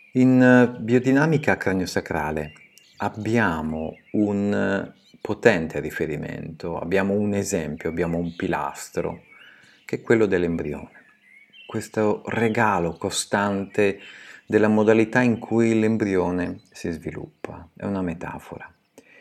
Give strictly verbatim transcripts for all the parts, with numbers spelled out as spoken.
In eh, biodinamica craniosacrale abbiamo un eh, potente riferimento, abbiamo un esempio, abbiamo un pilastro, che è quello dell'embrione. Questo regalo costante della modalità in cui l'embrione si sviluppa. È una metafora.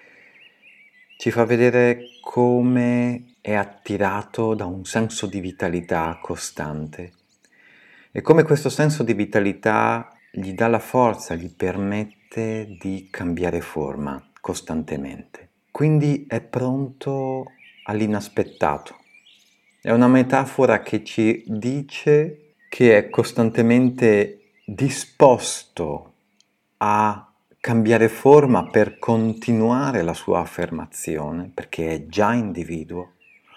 Ci fa vedere come è attirato da un senso di vitalità costante e come questo senso di vitalità gli dà la forza, gli permette di cambiare forma costantemente. Quindi è pronto all'inaspettato. È una metafora che ci dice che è costantemente disposto a cambiare forma per continuare la sua affermazione, perché è già individuo,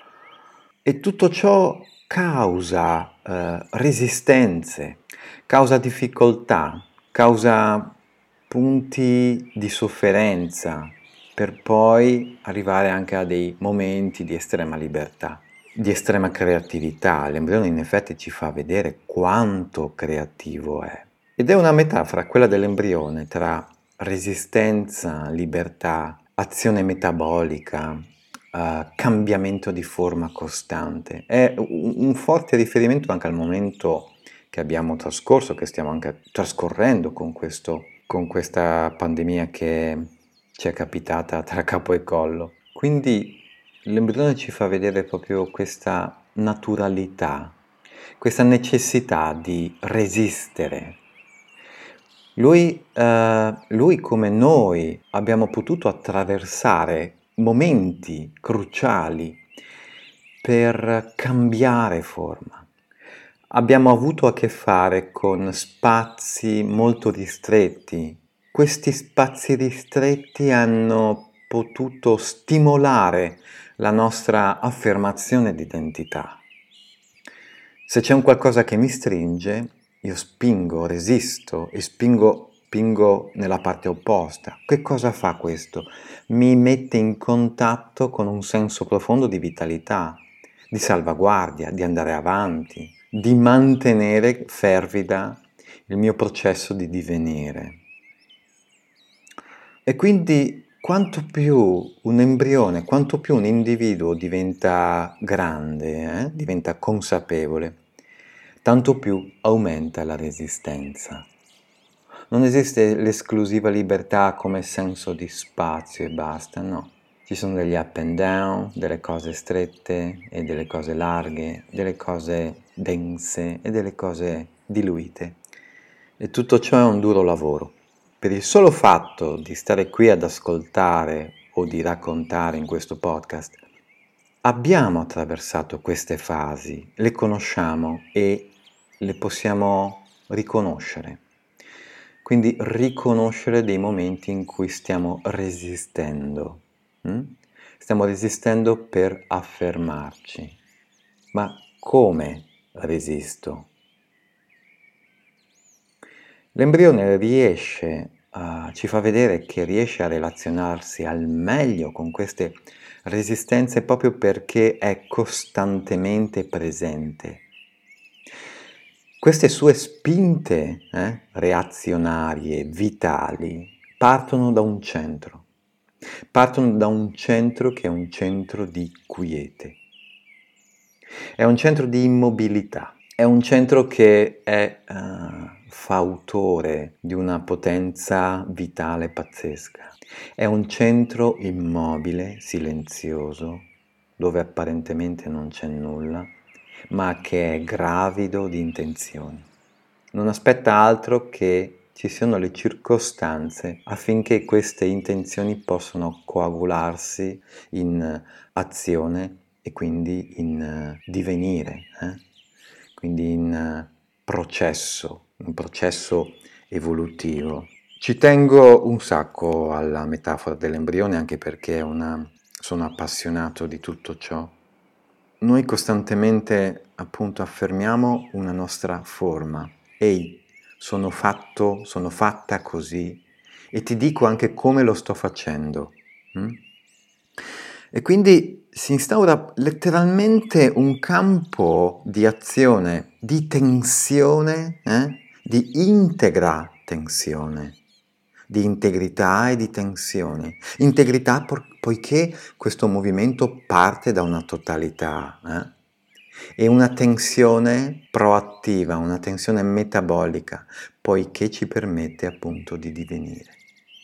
e tutto ciò causa eh, resistenze, causa difficoltà, causa punti di sofferenza, per poi arrivare anche a dei momenti di estrema libertà, di estrema creatività. L'embrione in effetti ci fa vedere quanto creativo è. Ed è una metafora, quella dell'embrione, tra resistenza, libertà, azione metabolica, uh, cambiamento di forma costante. È un, un forte riferimento anche al momento che abbiamo trascorso, che stiamo anche trascorrendo con, questo, con questa pandemia che ci è capitata tra capo e collo. Quindi l'embrione ci fa vedere proprio questa naturalità, questa necessità di resistere. Lui, eh, lui come noi abbiamo potuto attraversare momenti cruciali per cambiare forma. Abbiamo avuto a che fare con spazi molto ristretti. Questi spazi ristretti hanno potuto stimolare la nostra affermazione di identità. Se c'è un qualcosa che mi stringe, io spingo, resisto e spingo, spingo nella parte opposta. Che cosa fa questo? Mi mette in contatto con un senso profondo di vitalità, di salvaguardia, di andare avanti, di mantenere fervida il mio processo di divenire. E quindi quanto più un embrione, quanto più un individuo diventa grande, eh, diventa consapevole, tanto più aumenta la resistenza. Non esiste l'esclusiva libertà come senso di spazio e basta, no. Ci sono degli up and down, delle cose strette e delle cose larghe, delle cose dense e delle cose diluite. E tutto ciò è un duro lavoro. Per il solo fatto di stare qui ad ascoltare o di raccontare in questo podcast, abbiamo attraversato queste fasi, le conosciamo e le possiamo riconoscere. Quindi riconoscere dei momenti in cui stiamo resistendo. Hm? Stiamo resistendo per affermarci. Ma come resisto? L'embrione riesce a, ci fa vedere che riesce a relazionarsi al meglio con queste resistenze proprio perché è costantemente presente. Queste sue spinte eh, reazionarie, vitali, partono da un centro. Partono da un centro che è un centro di quiete. È un centro di immobilità. È un centro che è uh, fautore di una potenza vitale pazzesca. È un centro immobile, silenzioso, dove apparentemente non c'è nulla, ma che è gravido di intenzioni. Non aspetta altro che ci siano le circostanze affinché queste intenzioni possano coagularsi in azione e quindi in uh, divenire, eh? Quindi in uh, processo, un processo evolutivo. Ci tengo un sacco alla metafora dell'embrione anche perché una, sono appassionato di tutto ciò. Noi costantemente appunto affermiamo una nostra forma. Ehi, sono fatto, sono fatta così e ti dico anche come lo sto facendo. Mm? E quindi si instaura letteralmente un campo di azione, di tensione, eh? di integra tensione, di integrità e di tensione. Integrità por- poiché questo movimento parte da una totalità, eh? E una tensione proattiva, una tensione metabolica, poiché ci permette appunto di divenire.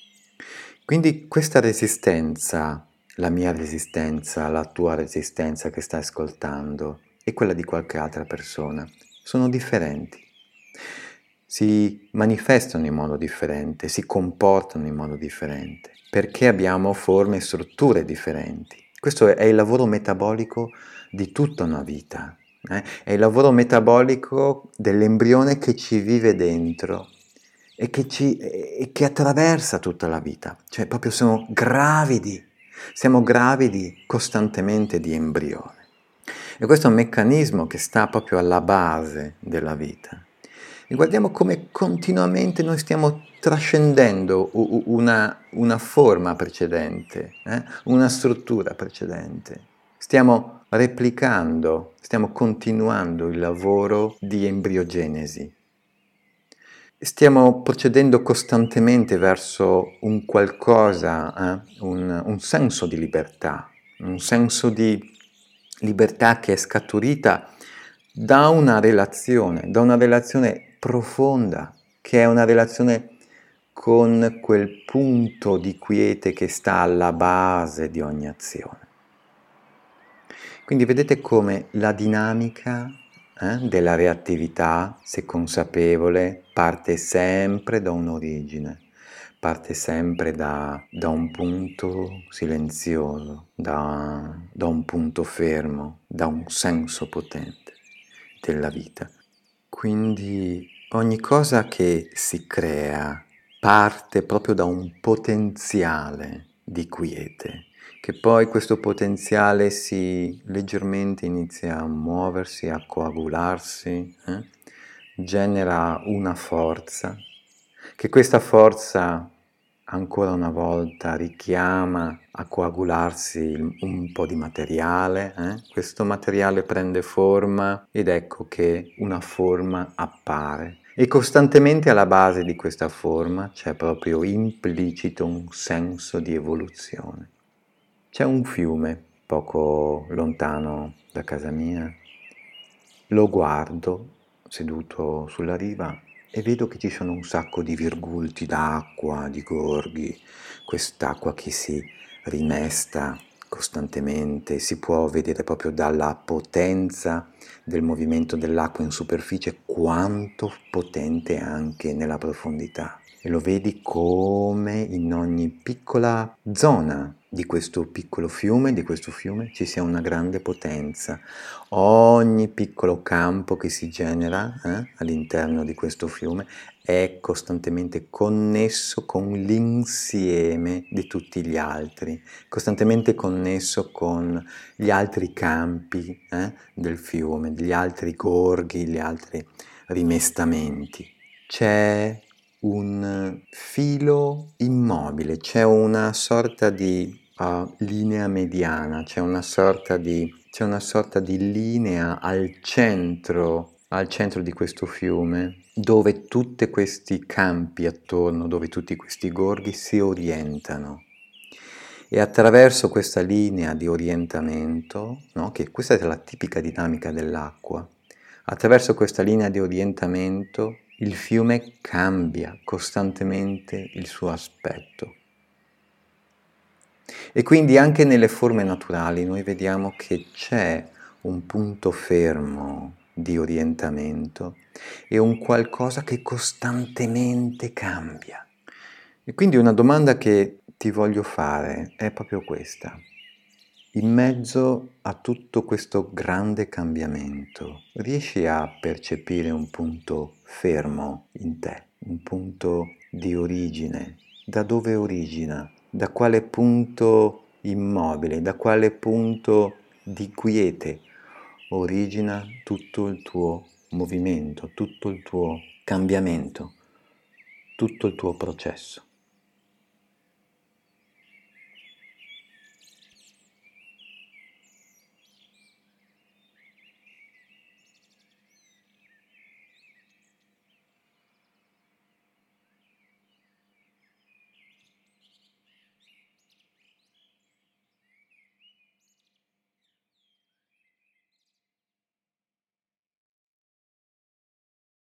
Quindi questa resistenza, la mia resistenza, la tua resistenza che stai ascoltando e quella di qualche altra persona, sono differenti. Si manifestano in modo differente, si comportano in modo differente, perché abbiamo forme e strutture differenti. Questo è il lavoro metabolico di tutta una vita, eh? È il lavoro metabolico dell'embrione che ci vive dentro e che, ci, e che attraversa tutta la vita. Cioè proprio siamo gravidi, siamo gravidi costantemente di embrione. E questo è un meccanismo che sta proprio alla base della vita. E guardiamo come continuamente noi stiamo trascendendo una, una forma precedente, eh? Una struttura precedente. Stiamo replicando, stiamo continuando il lavoro di embriogenesi. Stiamo procedendo costantemente verso un qualcosa, eh? un, un senso di libertà, un senso di libertà che è scaturita da una relazione, da una relazione profonda, che è una relazione con quel punto di quiete che sta alla base di ogni azione. Quindi vedete come la dinamica eh, della reattività, se consapevole, parte sempre da un'origine, parte sempre da, da un punto silenzioso, da, da un punto fermo, da un senso potente della vita. Quindi ogni cosa che si crea parte proprio da un potenziale di quiete, che poi questo potenziale si leggermente inizia a muoversi, a coagularsi, eh? Genera una forza, che questa forza ancora una volta richiama a coagularsi un po' di materiale, eh? Questo materiale prende forma ed ecco che una forma appare. E costantemente alla base di questa forma c'è proprio implicito un senso di evoluzione. C'è un fiume poco lontano da casa mia, lo guardo seduto sulla riva e vedo che ci sono un sacco di virgulti d'acqua, di gorghi, quest'acqua che si rimesta costantemente, si può vedere proprio dalla potenza del movimento dell'acqua in superficie quanto potente anche nella profondità. E lo vedi come in ogni piccola zona di questo piccolo fiume, di questo fiume, ci sia una grande potenza. Ogni piccolo campo che si genera eh, all'interno di questo fiume è costantemente connesso con l'insieme di tutti gli altri, costantemente connesso con gli altri campi eh, del fiume, gli altri gorghi, gli altri rimestamenti. C'è un filo immobile, c'è una sorta di uh, linea mediana, c'è una sorta di, c'è una sorta di linea al centro, al centro di questo fiume, dove tutti questi campi attorno, dove tutti questi gorghi si orientano. E attraverso questa linea di orientamento, no, che questa è la tipica dinamica dell'acqua, attraverso questa linea di orientamento il fiume cambia costantemente il suo aspetto. E quindi anche nelle forme naturali noi vediamo che c'è un punto fermo di orientamento e un qualcosa che costantemente cambia. E quindi una domanda che ti voglio fare è proprio questa. In mezzo a tutto questo grande cambiamento, riesci a percepire un punto fermo in te, un punto di origine? Da dove origina? Da quale punto immobile, da quale punto di quiete origina tutto il tuo movimento, tutto il tuo cambiamento, tutto il tuo processo?